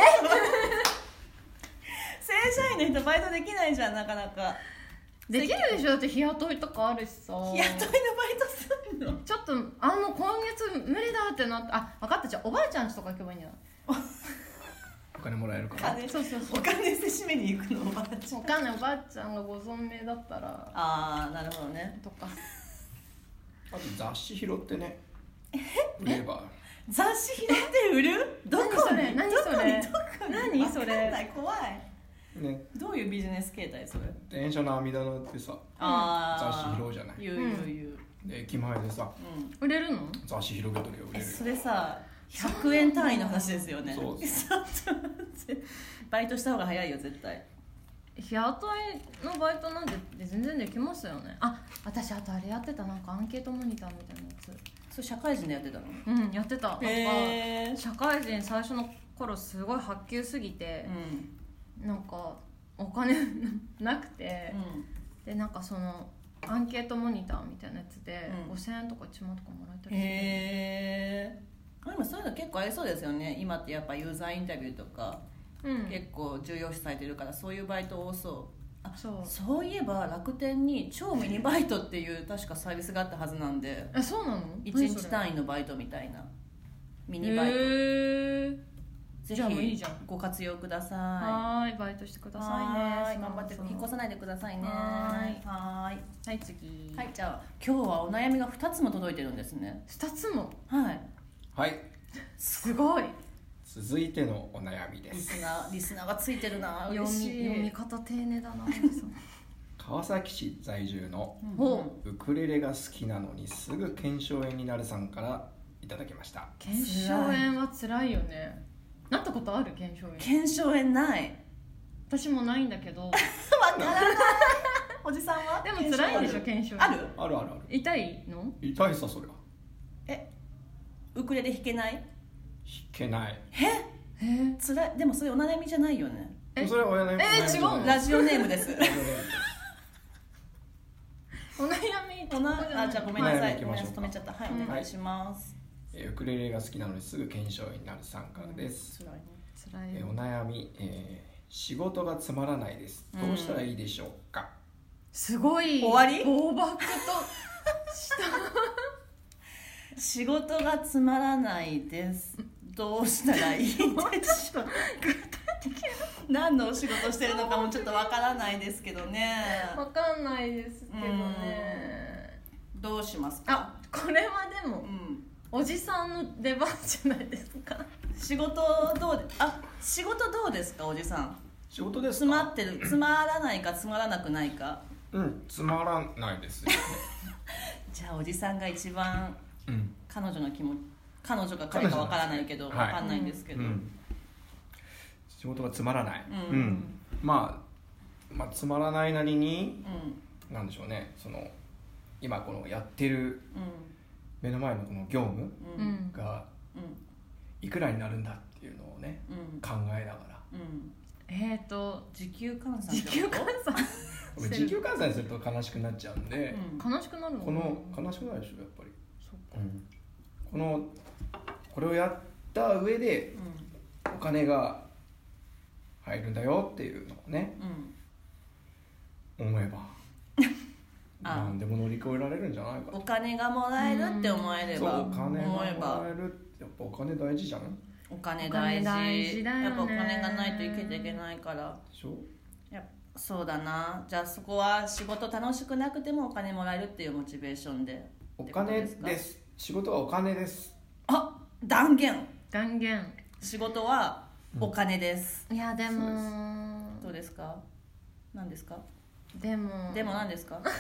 Speaker 3: 正社員の人バイトできないじゃんなかなか。
Speaker 1: できるでしょ、だって日雇いとかあるしさ。
Speaker 3: 日雇いのバイトすんの。
Speaker 1: ちょっとあもう今月無理だってなって、あ分かった、じゃあおばあちゃんちとか行けばいいんじゃない？
Speaker 2: お金もらえるから。
Speaker 3: 金
Speaker 1: そうそうそう
Speaker 3: お金せしめに行くのおばあちゃん。
Speaker 1: わかんない、おばあちゃんがご存命だったら
Speaker 3: ああなるほどね。
Speaker 1: とか。
Speaker 2: あと雑誌拾ってね売れば。
Speaker 3: 雑誌拾って売る？どこに？
Speaker 1: 何それ何それ
Speaker 3: どこに？
Speaker 1: 何それ
Speaker 3: わかんない怖い。
Speaker 2: ね、
Speaker 3: どういうビジネス形態それ？
Speaker 2: 電車の網棚ってさ
Speaker 3: あ
Speaker 2: 雑誌拾うじゃない。
Speaker 3: 言う言う言う。
Speaker 2: で駅前でさ
Speaker 3: うん。
Speaker 1: 売れるの？
Speaker 2: 雑誌広げとけば売れるよ。
Speaker 3: えそれさひゃくえん単位の話ですよね。
Speaker 2: そうで
Speaker 3: ちょっと待ってバイトした方が早いよ絶対。
Speaker 1: 日雇いのバイトなんて全然できますよね。あ私あとあれやってた、なんかアンケートモニターみたいなやつ。
Speaker 3: それ社会人でやってたの？
Speaker 1: うんやってた。なんか
Speaker 3: へー
Speaker 1: 社会人最初の頃すごい発給すぎて
Speaker 3: う、ん
Speaker 1: なんかお金なくて、
Speaker 3: うん。
Speaker 1: でなんかそのアンケートモニターみたいなやつで、
Speaker 3: うん
Speaker 1: ごせんえんとかいちまんとかもらえたりする。
Speaker 3: へえ。あ今そういうの結構ありそうですよね。今ってやっぱユーザーインタビューとか、
Speaker 1: うん
Speaker 3: 結構重要視されてるからそういうバイト多そう。あ
Speaker 1: そう
Speaker 3: そういえば楽天に超ミニバイトっていう確かサービスがあったはずなんで、
Speaker 1: えそうなの？
Speaker 3: いちにち単位のバイトみたいなミニバイト、
Speaker 1: へー
Speaker 3: ぜ
Speaker 1: じゃあもういい
Speaker 3: ひ
Speaker 1: じゃん。
Speaker 3: ご活用ください。
Speaker 1: はーいバイトしてくださいね。
Speaker 3: はーい頑張って引っ越さないでくださいね。
Speaker 1: はーい
Speaker 3: はーい
Speaker 1: はい次。
Speaker 3: はい、じゃあ今日はお悩みがふたつも届いてるんですね。
Speaker 1: ふたつも
Speaker 3: はい。
Speaker 2: はい
Speaker 1: すごい。
Speaker 2: 続いてのお悩みで
Speaker 3: リ
Speaker 2: す。
Speaker 3: スナーリスナーがついてるな。
Speaker 1: 読み
Speaker 3: 嬉しい。
Speaker 1: 読み方丁寧だな。
Speaker 2: 川崎市在住の
Speaker 3: うん
Speaker 1: ほ
Speaker 2: ウクレレが好きなのにすぐ腱鞘炎になるさんからいただきました。
Speaker 1: 腱鞘炎は辛いよね。なったことある？腱鞘炎。
Speaker 3: 腱鞘炎ない。
Speaker 1: 私もないんだけど。
Speaker 3: わからない。おじさんは？
Speaker 1: でも辛いんでしょ腱鞘炎。
Speaker 3: ある？
Speaker 2: あるあるある。
Speaker 1: 痛いの？
Speaker 2: 痛いさそれは。
Speaker 3: え、ウクレレ弾けない？
Speaker 2: 弾けない。
Speaker 3: え？
Speaker 1: え
Speaker 3: つらい。でもそれお悩みじゃないよね。
Speaker 1: え
Speaker 2: それはお悩み。
Speaker 1: えー違うの
Speaker 3: ラジオネームです。
Speaker 1: お悩み。
Speaker 3: おなあじゃあごめんなさい。
Speaker 2: はい行きましょうか
Speaker 3: 止めちゃった。はい、
Speaker 1: うん
Speaker 3: お願いします。
Speaker 2: えーウクレレが好きなのですぐ検証員になる参加です、
Speaker 3: 辛いね。
Speaker 1: 辛いよ
Speaker 2: えーお悩み、えー仕事がつまらないです。どうしたらいいでしょうか。
Speaker 1: すごい
Speaker 3: 終わり
Speaker 1: 暴漠と
Speaker 3: 仕事がつまらないです。どうしたらいいでしょう。何のお仕事してるのかもちょっとわからないですけどね。
Speaker 1: わかんないですけどね。
Speaker 3: どうしますか。
Speaker 1: あ、これはでも、
Speaker 3: うん、
Speaker 1: おじさんの出番じゃないですか。
Speaker 3: 仕事どうで、あ、仕事どうですかおじさん。
Speaker 2: 仕事です
Speaker 3: つまってる、つまらないかつまらなくないか。
Speaker 2: うん、つまらないですよね。
Speaker 3: じゃあおじさんが一番
Speaker 2: うん
Speaker 3: 彼女の気持ち、彼女か彼かわからないけど、わ
Speaker 2: はい
Speaker 3: かんないんですけど、
Speaker 2: うん仕事がつまらない、
Speaker 3: うん
Speaker 2: うんまあ、まあつまらないなりに、
Speaker 3: うん
Speaker 2: なんでしょうね、その今このやってる
Speaker 3: うん
Speaker 2: 目の前のこの業務
Speaker 3: うんうん
Speaker 2: が
Speaker 3: うん
Speaker 2: いくらになるんだっていうのをね、
Speaker 3: うん
Speaker 2: 考えながら
Speaker 3: うん
Speaker 1: えーと
Speaker 3: 時給換算
Speaker 1: 時給換算
Speaker 2: 時給換算すると悲しくなっちゃうんで、
Speaker 3: うん
Speaker 1: 悲しくなるの
Speaker 2: この悲しくなるでしょやっぱり、
Speaker 1: そっか
Speaker 2: うんこのこれをやった上で
Speaker 3: う
Speaker 2: お金が入るんだよっていうのをね
Speaker 3: んうん
Speaker 2: 思えば
Speaker 3: あ
Speaker 2: 何でも乗り越えられるんじゃないかと。
Speaker 3: お金がもらえるって思えれ
Speaker 2: そう
Speaker 3: ば
Speaker 2: お金が
Speaker 3: 思えば
Speaker 2: もらえるってやっぱお金大事じゃんで
Speaker 3: お金大事、
Speaker 1: お金大事だよね
Speaker 3: やっぱお金がないと生きていけないから
Speaker 2: しょ。
Speaker 3: やっぱそうだな。じゃあそこは仕事楽しくなくてもお金もらえるっていうモチベーションで
Speaker 2: お金
Speaker 3: ってことか
Speaker 2: です仕事はお金です。
Speaker 3: あ、断言。
Speaker 1: 断言。
Speaker 3: 仕事はお金です、
Speaker 1: いやでも
Speaker 3: どうですか。何ですか。
Speaker 1: でも
Speaker 3: でも何ですか。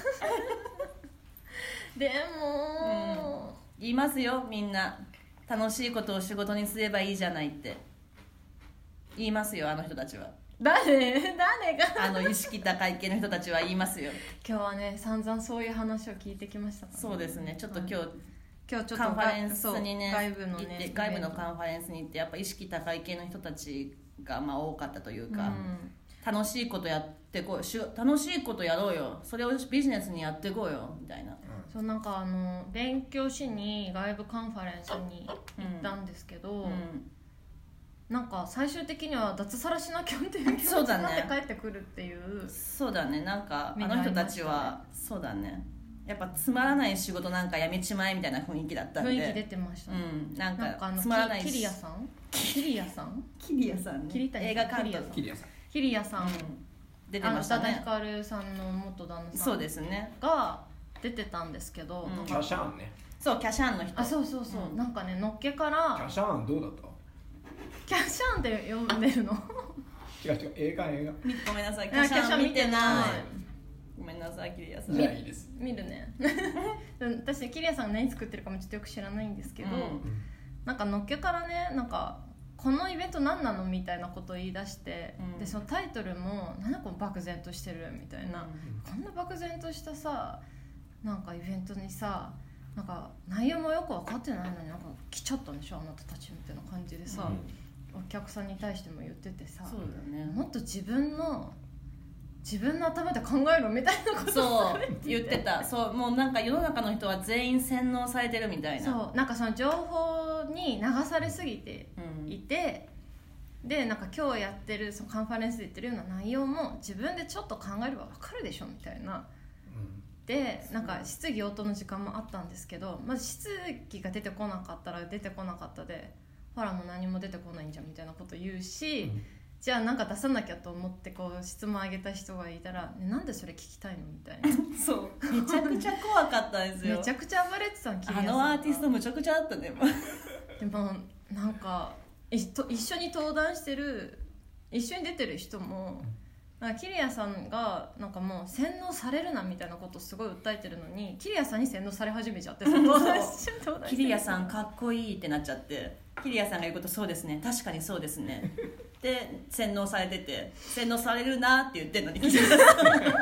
Speaker 1: でも、
Speaker 3: 言いますよみんな。楽しいことを仕事にすればいいじゃないって言いますよあの人たちは。
Speaker 1: 誰誰が
Speaker 3: あの意識高い系の人たちは言いますよ。
Speaker 1: 今日はね散々そういう話を聞いてきましたから、ね、
Speaker 3: そうですね。ちょっと今日、
Speaker 1: 今日ちょっと
Speaker 3: カンファレンスにね
Speaker 1: 外部のね
Speaker 3: 行って外部のカンファレンスに行ってやっぱ意識高い系の人たちがまあ多かったというか、
Speaker 1: うん
Speaker 3: 楽しいことやってこうし楽しいことやろうよ、それをビジネスにやっていこうよみたいな。
Speaker 1: そうなんかあの勉強しに外部カンファレンスに行ったんですけど、
Speaker 3: うん
Speaker 1: なんか最終的には脱サラしなきゃっていう気持ち
Speaker 3: そうだね
Speaker 1: になって帰ってくるっていう
Speaker 3: そうだね。なんかあ
Speaker 1: 目に遭い
Speaker 3: の人た
Speaker 1: ましたね
Speaker 3: ちはそうだね、やっぱつまらない仕事なんかやめちまえみたいな雰囲気だったんで、
Speaker 1: 雰囲気出てました、ね
Speaker 3: うん、なんか
Speaker 1: なんかあの
Speaker 3: つまらない
Speaker 1: キリヤさんキリヤさん
Speaker 3: キリヤさんね、
Speaker 1: 桐谷さん
Speaker 3: 映画監督、
Speaker 2: キリヤさん
Speaker 1: キリヤさん、
Speaker 3: うん、出てました
Speaker 1: あの宇多田
Speaker 3: ね。
Speaker 1: ヒカルさんの元旦那さ
Speaker 3: そうんですね。
Speaker 1: が出てたんですけど、
Speaker 3: うん
Speaker 1: なん
Speaker 2: キャ
Speaker 1: か
Speaker 2: シャーンね。
Speaker 3: そうキャシャーンの人。
Speaker 1: あそうそうそう、
Speaker 3: うん
Speaker 1: なんかねのっけか
Speaker 2: キ
Speaker 1: ら
Speaker 2: ャシャーンどうだった。
Speaker 1: キャシャンって呼んでるの
Speaker 2: 違う違う映画映画
Speaker 3: みごめんなさい、キ
Speaker 1: あ
Speaker 3: ャシャーン見てない。
Speaker 1: い
Speaker 3: ごめんなさい、キリヤさん。
Speaker 2: じゃあいいです。
Speaker 1: 見るね私キリヤさんが何作ってるかもちょっとよく知らないんですけど、
Speaker 3: うん
Speaker 1: なんかのっけからねなんかこのイベント何なのみたいなことを言い出して、
Speaker 3: うん
Speaker 1: でそのタイトルも「何だこの漠然としてる」みたいな、こんな漠然としたさなんかイベントにさなんか内容もよく分かってないのになんか来ちゃったんでしょあなたたちみたいな感じでさ、お客さんに対しても言っててさ、
Speaker 3: そうだね。
Speaker 1: もっと自分の自分の頭で考えろみたいなこと
Speaker 3: そう言ってた。そうもうなんか世の中の人は全員洗脳されてるみたいな。
Speaker 1: そうなんかその情報に流されすぎて
Speaker 3: うん
Speaker 1: いて、でなんか今日やってるそのカンファレンスで言ってるような内容も自分でちょっと考えれば分かるでしょみたいな。でなんか質疑応答の時間もあったんですけど、まず質疑が出てこなかったら出てこなかったでほらもう何も出てこないんじゃんみたいなこと言うし、
Speaker 2: うん
Speaker 1: じゃあなんか出さなきゃと思ってこう質問あげた人がいたら、ね、なんでそれ聞きたいのみたいな
Speaker 3: そうめちゃくちゃ怖かったんですよ。
Speaker 1: めちゃくちゃ暴れてたのキリヤさんが
Speaker 3: あのアーティストむちゃくちゃあったね。
Speaker 1: でもなんかいと一緒に登壇してる一緒に出てる人もなんかキリヤさんがなんかもう洗脳されるなみたいなことをすごい訴えてるのにキリヤさんに洗脳され始めちゃって登壇し登壇して
Speaker 3: キリヤさんかっこいいってなっちゃって、キリヤさんが言うことそうですね、確かにそうですねで洗脳されてて、洗脳されるなって言ってんのにキリヤさん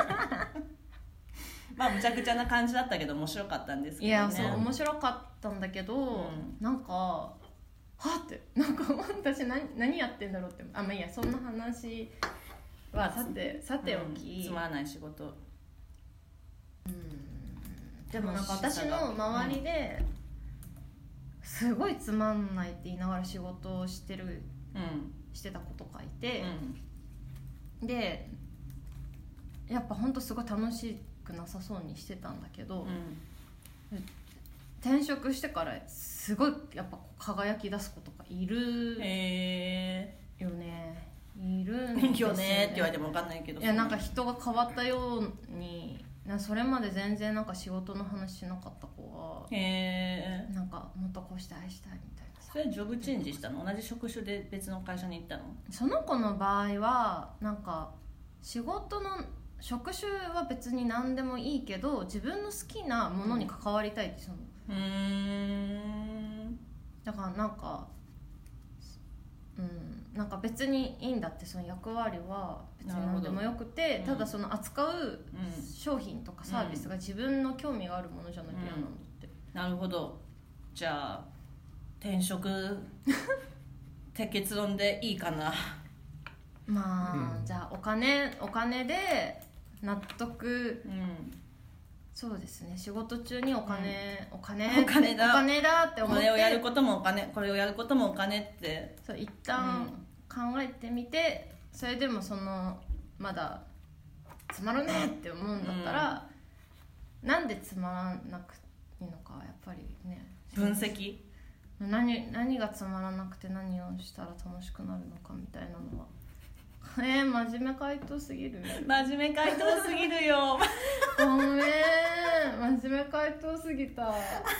Speaker 3: まあむちゃくちゃな感じだったけど面白かったんですけどね。
Speaker 1: いやそう面白かったんだけど、
Speaker 3: うん
Speaker 1: なんかはってなんか私 何, 何やってんだろうってあまあいいやそんな話はさてさておき、
Speaker 3: うんつまらない仕事。
Speaker 1: でもなんか私の周りで、 すごいつまんないって言いながら仕事をしてる、
Speaker 3: うん、
Speaker 1: してた子とかいて、
Speaker 3: うん、
Speaker 1: でやっぱほんとすごい楽しくなさそうにしてたんだけど、うん、転職してからすごいやっぱ輝き出す子とかいるよね、いるんですよね。
Speaker 3: よねって言われても分かんないけど、
Speaker 1: いやなんか人が変わったように、それまで全然なんか仕事の話しなかった子が、
Speaker 3: へー、
Speaker 1: なんかもっとこうして愛したいみたいなさ。
Speaker 3: それジョブチェンジしたの？同じ職種で別の会社に行ったの？
Speaker 1: その子の場合はなんか仕事の職種は別に何でもいいけど自分の好きなものに関わりたいってその、
Speaker 3: うーん、
Speaker 1: だからなんかうんなんか別にいいんだって、その役割は別に何でもよくて、ただその扱う商品とかサービスが自分の興味があるものじゃなきゃ嫌なんだって、
Speaker 3: うん、なるほど。じゃあ転職って結論でいいかな。
Speaker 1: まあ、
Speaker 2: うん、
Speaker 1: じゃあお金お金で納得、
Speaker 3: うん、
Speaker 1: そうですね、仕事中にお金、うん、お金
Speaker 3: お金だ
Speaker 1: お金だって思って、
Speaker 3: これをやることもお金、これをやることもお金って、
Speaker 1: そう一旦考えてみて、うん、それでもそのまだつまらねえって思うんだったら、うん、なんでつまらなくいいのかやっぱりね
Speaker 3: 分析、
Speaker 1: 何何がつまらなくて何をしたら楽しくなるのかみたいなのはえー、真面目回答すぎる。
Speaker 3: 真面目回答すぎるよ。
Speaker 1: ごめん、真面目回答すぎた。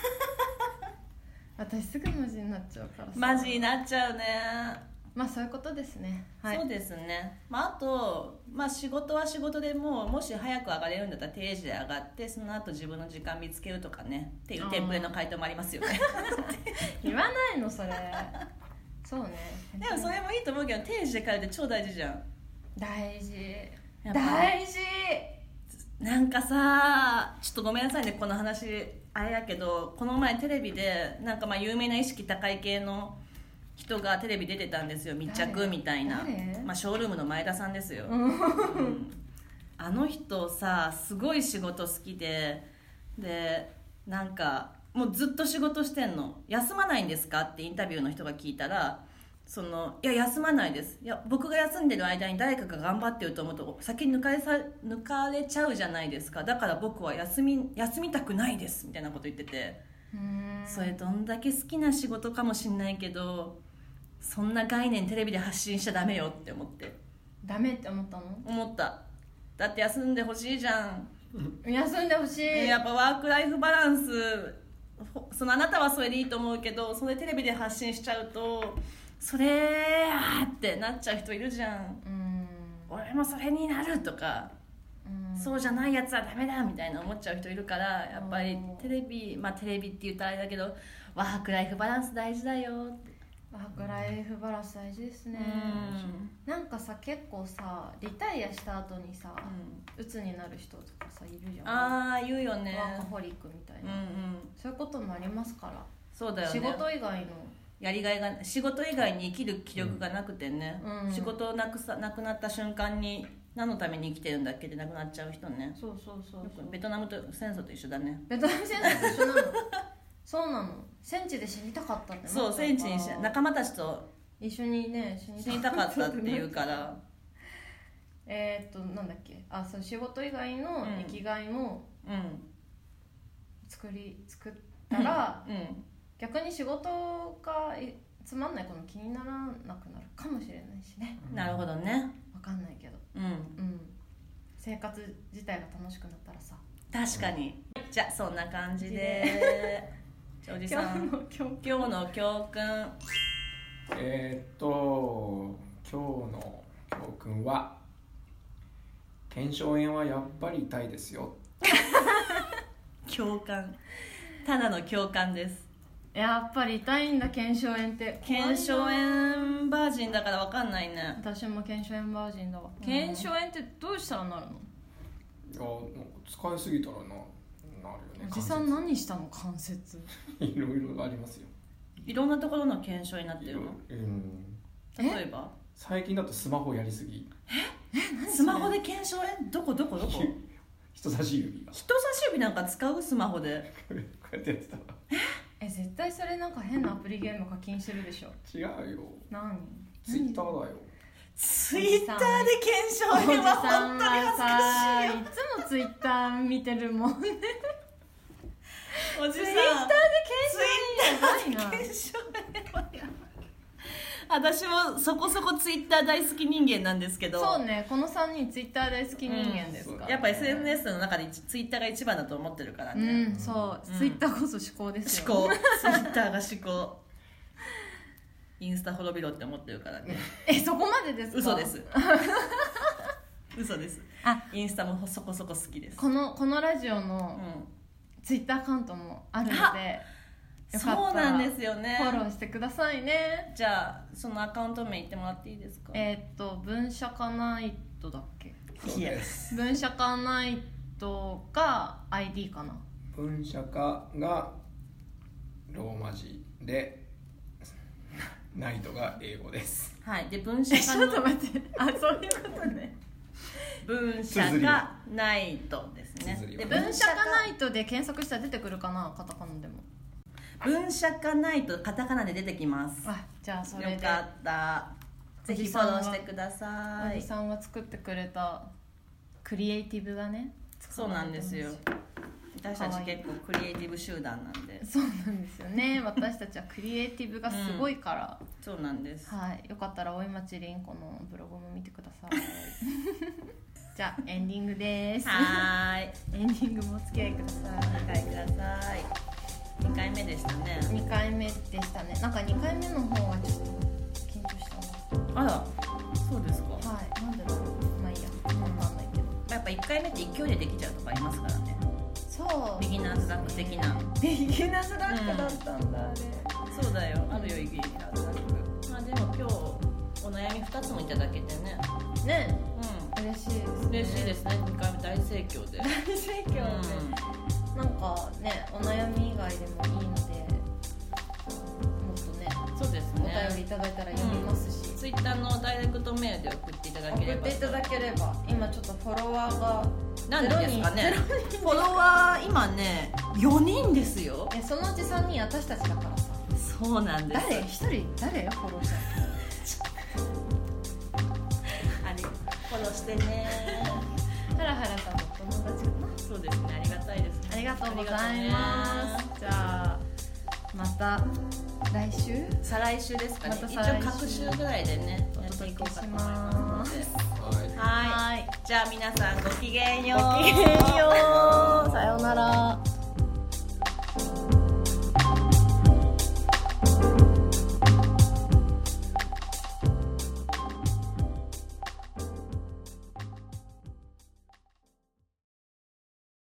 Speaker 1: 私すぐマジになっちゃうからさ。
Speaker 3: マジになっちゃうね。
Speaker 1: まあそういうことですね、
Speaker 3: はい、そうですね、まあ、あと、まあ、仕事は仕事でもうもし早く上がれるんだったら定時で上がってその後自分の時間見つけるとかねっていうテンプレの回答もありますよね。
Speaker 1: 言わないのそれ。そうね。
Speaker 3: でもそれもいいと思うけど定時で帰るって超大事じゃん。
Speaker 1: 大事
Speaker 3: 大
Speaker 1: 事。
Speaker 3: なんかさ、ちょっとごめんなさいねこの話あれやけど、この前テレビでなんかまあ有名な意識高い系の人がテレビ出てたんですよ、密着みたいな、まあ、ショールームの前田さんですよ、うん、あの人さすごい仕事好きで、でなんかもうずっと仕事してんの。休まないんですかってインタビューの人が聞いたら、そのいや休まないです、いや僕が休んでる間に誰かが頑張ってると思うと先に抜かれさ抜かれちゃうじゃないですか、だから僕は休み休みたくないですみたいなこと言ってて、うーん、それどんだけ好きな仕事かもしんないけどそんな概念テレビで発信しちゃダメよって思って。
Speaker 1: ダメって思ったの？
Speaker 3: 思った。だって休んでほしいじゃん。
Speaker 1: 休んでほしい。
Speaker 3: やっぱワークライフバランス、そのあなたはそれでいいと思うけどそれテレビで発信しちゃうとそれーってなっちゃう人いるじゃん。うん、俺もそれになるとか、うん、そうじゃないやつはダメだみたいな思っちゃう人いるから、やっぱりテレビ、まあテレビって言ったらあれだけどワークライフバランス大事だよって。
Speaker 1: ワークライフバランス大事ですね。うん、なんかさ結構さリタイアした後にさ、うん、鬱になる人とかさいるじゃん。
Speaker 3: ああ言うよね。
Speaker 1: ワーカホリックみたいな、うんうん、そういうこともありますから。
Speaker 3: そうだよね。
Speaker 1: 仕事以外の
Speaker 3: やりがいが仕事以外に生きる気力がなくてね、うん、仕事をなくさなくなった瞬間に何のために生きてるんだっけでなくなっちゃう人ね。
Speaker 1: そうそうそうそう。
Speaker 3: ベトナムと戦争と一緒だね。
Speaker 1: ベトナム戦争と一緒なの。そうなの。戦地で死にたかったって。
Speaker 3: そう戦地に仲間たちと
Speaker 1: 一緒にね
Speaker 3: 死にたかったっていうから
Speaker 1: えっとなんだっけ、あそう仕事以外の生きがいも作り作ったら、うんうん、逆に仕事がつまんないこと気にならなくなるかもしれないしね。
Speaker 3: なるほどね。
Speaker 1: 分かんないけど、うんうん、生活自体が楽しくなったらさ。
Speaker 3: 確かに。じゃあそんな感じでおじさん今日の教訓。
Speaker 2: えー、っと今日の教訓は腱鞘炎はやっぱり痛いですよ。
Speaker 3: 共感、ただの共感です。
Speaker 1: やっぱり痛いんだ腱鞘炎って。
Speaker 3: 腱鞘炎バージンだから分かんないね。
Speaker 1: 私も腱鞘炎バージンだわ。腱鞘炎ってどうしたらなるの？
Speaker 2: いや使いすぎたらななるよね。
Speaker 1: おじさん何したの関節？
Speaker 2: いろいろありますよ。
Speaker 3: いろんなところの腱鞘になってるの。
Speaker 2: うん。
Speaker 3: 例えば？最
Speaker 2: 近だとスマホやりすぎ。
Speaker 3: え？え？何？スマホで腱鞘炎？どこどこどこ？
Speaker 2: 人差し指が。
Speaker 3: 人差し指なんか使う？スマホで。
Speaker 2: こうやってやってた。
Speaker 1: え？ え絶対それなんか変なアプリゲーム課金してるでしょ。
Speaker 2: 違うよ、
Speaker 1: 何？
Speaker 2: ツイッターだよ。
Speaker 3: ツイッターで検証
Speaker 1: おじ
Speaker 3: は
Speaker 1: さん
Speaker 3: 本当に恥ずかしいよ。
Speaker 1: いつもツイッター見てるもんね。
Speaker 3: おじさん
Speaker 1: ツイッターで検証やばいな。
Speaker 3: 検証やばいな。私もそこそこツイッター大好き人間なんですけど、
Speaker 1: そうね、このさんにんツイッター大好き人間ですから、ね、
Speaker 3: やっぱ エスエヌエス の中でツイッターが一番だと思ってるからね。
Speaker 1: うん、そう、うん、ツイッターこそ思考ですよ。
Speaker 3: 思考、ツイッターが思考。インスタ滅びろって思ってるからね。
Speaker 1: え、そこまでですか？
Speaker 3: 嘘です。嘘です。あ、インスタもそこそこ好きです。
Speaker 1: このこのラジオのツイッターアカウントもあるので、よかったらフォローしてくださいね。
Speaker 3: じゃあそのアカウント名言ってもらっていいですか？
Speaker 1: えー、っと文社化ナイトだっけ？
Speaker 2: そうです。
Speaker 1: 文社化ナイトが アイディー かな。
Speaker 2: 文社化がローマ字でナイトが英語です。
Speaker 3: はい。で文社化の
Speaker 1: ちょっと待って、あ、そういうことね。
Speaker 3: 文社化ナイトですね。
Speaker 1: で文社化ナイトで検索したら出てくるかな、カタカナでも。
Speaker 3: 文社化ナイトカタカナで出てきます。
Speaker 1: あ、じゃあそれで
Speaker 3: よかった。ぜひフォローしてください。
Speaker 1: おじさんが作ってくれたクリエイティブがね。
Speaker 3: そうなんですよ。私たち結構クリエイティブ集団なんで。
Speaker 1: そうなんですよね。私たちはクリエイティブがすごいから、
Speaker 3: うん、そうなんです。
Speaker 1: はい、よかったら大井町りんこのブログも見てください。じゃあエンディングです。
Speaker 3: はい、
Speaker 1: エンディングもお付き合いください。
Speaker 3: お付き合いください。にかいめでしたね。
Speaker 1: にかいめでしたね。なんかにかいめの方はちょっと緊張したな。
Speaker 3: あら、そうですか。
Speaker 1: はい、なんでだろう。まあいいや、わかんないけど。
Speaker 3: やっぱいっかいめって勢いでできちゃうとかありますからね。
Speaker 1: そう。
Speaker 3: ビギナーズラック的な。
Speaker 1: ビギナーズラックだったんだ、うん、あれ。
Speaker 3: そうだよ。あるよ、ビギナーズラック。まあでも今日お悩みふたつもいただけてね。
Speaker 1: ね。
Speaker 3: うん。
Speaker 1: 嬉しいですね。
Speaker 3: 嬉しいですね。にかいめ大盛況で。
Speaker 1: 大盛況で。うん、なんかね、お悩み以外でもいいので、もっとね、
Speaker 3: そうですね、
Speaker 1: お便りいただいたら読みますし、
Speaker 3: うん、ツイッターのダイレクトメールで送っていただければ、
Speaker 1: 送っていただければ、今ちょっとフォロワーが
Speaker 3: 何人ですかね。フォロワー今ねよにんですよ。
Speaker 1: え、そのうちさんにん私たちだからさ。
Speaker 3: そうなんです。
Speaker 1: 誰？ひとり誰フォローしたの？
Speaker 3: あれフォローしてね。
Speaker 1: ハラハラさんの友達かな。
Speaker 3: そうですね、ありがたいですね。
Speaker 1: ありがとうございます。じゃあまた来週？
Speaker 3: 再来週ですかね。
Speaker 1: ま、
Speaker 3: 一応各週ぐらいでねお届けいこうかと思いますので。はい。はい。じゃあ皆さんごきげんよう。
Speaker 1: ごきげんよう。さようなら。